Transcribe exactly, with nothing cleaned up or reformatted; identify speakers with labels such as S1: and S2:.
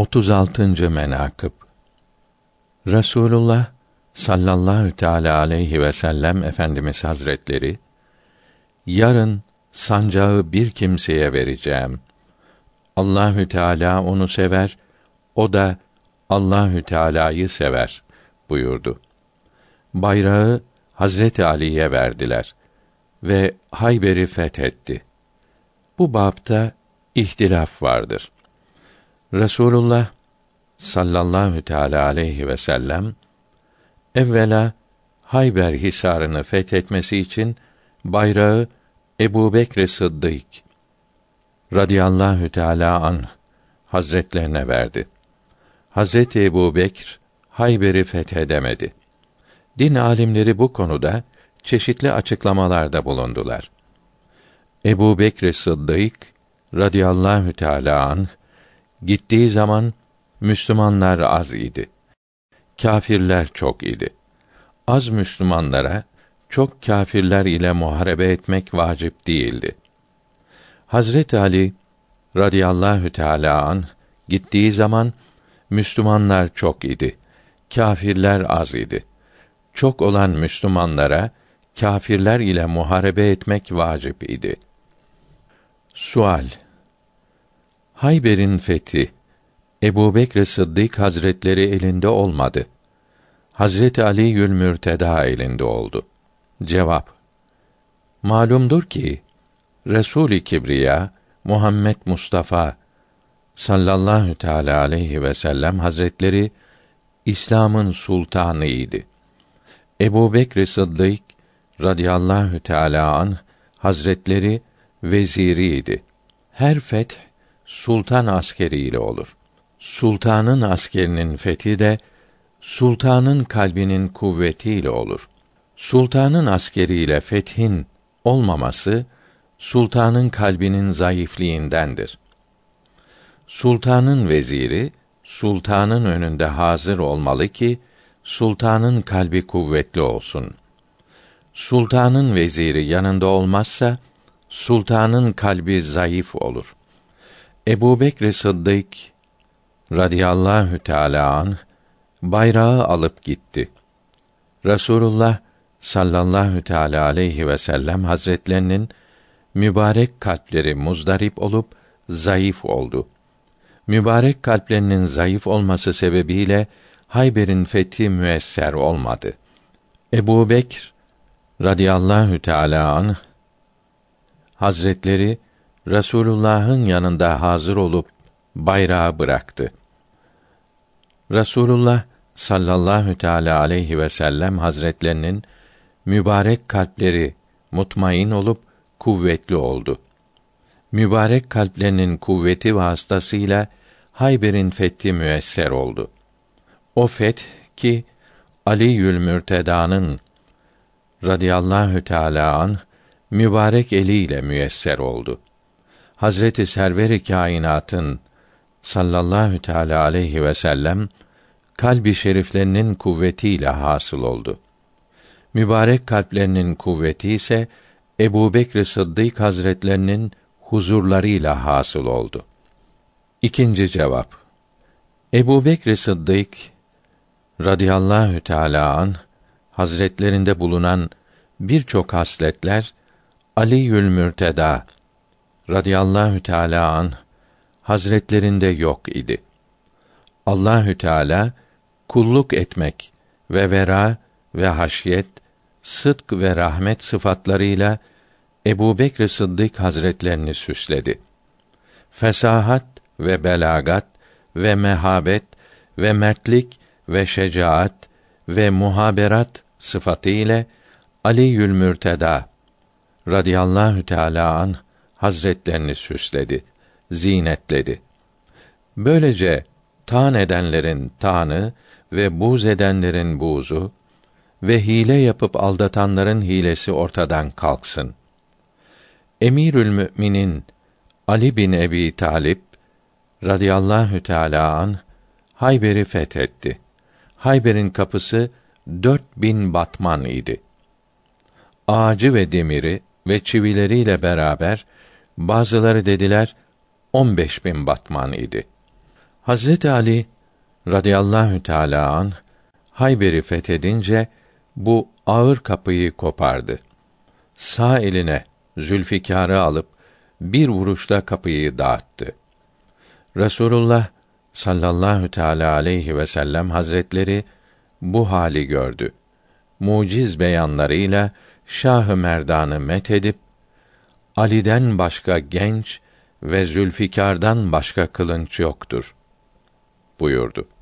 S1: otuz altıncı menakıb Resulullah sallallahu teâlâ aleyhi ve sellem Efendimiz Hazretleri, yarın sancağı bir kimseye vereceğim. Allahü Teala onu sever, o da Allahü Teala'yı sever buyurdu. Bayrağı Hazreti Ali'ye verdiler ve Hayber'i fethetti. Bu bapta ihtilaf vardır. Resulullah sallallahu teâlâ aleyhi ve sellem evvela Hayber hisarını fethetmesi için bayrağı Ebubekr Sıddık radıyallahu teâlâ anh hazretlerine verdi. Hazreti Ebubekr Hayber'i fethedemedi. Din alimleri bu konuda çeşitli açıklamalarda bulundular. Ebubekr Sıddık radıyallahu teâlâ anh gittiği zaman Müslümanlar az idi. Kâfirler çok idi. Az Müslümanlara çok kâfirler ile muharebe etmek vacip değildi. Hazreti Ali radıyallahu teâlâ anh gittiği zaman Müslümanlar çok idi. Kâfirler az idi. Çok olan Müslümanlara kâfirler ile muharebe etmek vacip idi. Sual: Hayber'in fethi Ebubekr Sıddık Hazretleri elinde olmadı. Hazreti Ali'ül Mürtedâ elinde oldu. Cevap: Malumdur ki Resul-i Kibriya Muhammed Mustafa sallallahu teâlâ aleyhi ve sellem Hazretleri İslam'ın sultanı idi. Ebubekr Sıddık radıyallahu teâlâ anh Hazretleri veziriydi. Her feth sultan askeriyle olur. Sultanın askerinin fethi de sultanın kalbinin kuvvetiyle olur. Sultanın askeriyle fethin olmaması sultanın kalbinin zayıflığındandır. Sultanın veziri sultanın önünde hazır olmalı ki sultanın kalbi kuvvetli olsun. Sultanın veziri yanında olmazsa sultanın kalbi zayıf olur. Ebubekr Sıddık radıyallahu teâlâ anh bayrağı alıp gitti. Resulullah sallallahu teâlâ aleyhi ve sellem Hazretlerinin mübarek kalpleri muzdarip olup zayıf oldu. Mübarek kalplerinin zayıf olması sebebiyle Hayber'in fethi müesser olmadı. Ebubekr radıyallahu teâlâ anh Hazretleri Resulullah'ın yanında hazır olup bayrağı bıraktı. Resulullah sallallahu teâlâ aleyhi ve sellem Hazretlerinin mübarek kalpleri mutmain olup kuvvetli oldu. Mübarek kalplerinin kuvveti vasıtasıyla Hayber'in fethi müesser oldu. O feth ki Ali'ül Mürtedâ'nın radıyallahu teâlâ anh mübarek eliyle müesser oldu. Hazreti Server-i Kainat'ın sallallahu teâlâ aleyhi ve sellem kalb-i şeriflerinin kuvvetiyle hasıl oldu. Mübarek kalplerinin kuvveti ise Ebubekr Sıddık Hazretlerinin huzurlarıyla hasıl oldu. İkinci cevap: Ebubekr Sıddık radıyallahu teâlâ anh Hazretlerinde bulunan birçok hasletler Ali'ül Mürtedâ radıyallahu teâlâ anh Hazretlerinde yok idi. Allahü Teala kulluk etmek ve vera ve haşyet, sıdk ve rahmet sıfatlarıyla Ebubekr Sıddık Hazretlerini süsledi. Fesahat ve belagat ve mehabet ve mertlik ve şecaat ve muhaberat sıfatı ile Ali'ül Mürtedâ radıyallahu teâlâ anh Hazretlerini süsledi, zinetledi. Böylece tân edenlerin tânı ve buz edenlerin buzu ve hile yapıp aldatanların hilesi ortadan kalksın. Emirül Müminin Ali bin Ebi Talip radıyallahu teâlâ anh Hayber'i fethetti. Hayber'in kapısı dört bin batman idi. Ağacı ve demiri ve çivileriyle beraber bazıları dediler on beş bin batman idi. Hazreti Ali radıyallahu teâlâ anh Hayber'i fethedince bu ağır kapıyı kopardı. Sağ eline Zülfikar'ı alıp bir vuruşta kapıyı dağıttı. Resulullah sallallahu teâlâ aleyhi ve sellem hazretleri bu hali gördü. Muciz beyanlarıyla Şah-ı Merdan'ı methedip, Ali'den başka genç ve Zülfikar'dan başka kılınç yoktur buyurdu.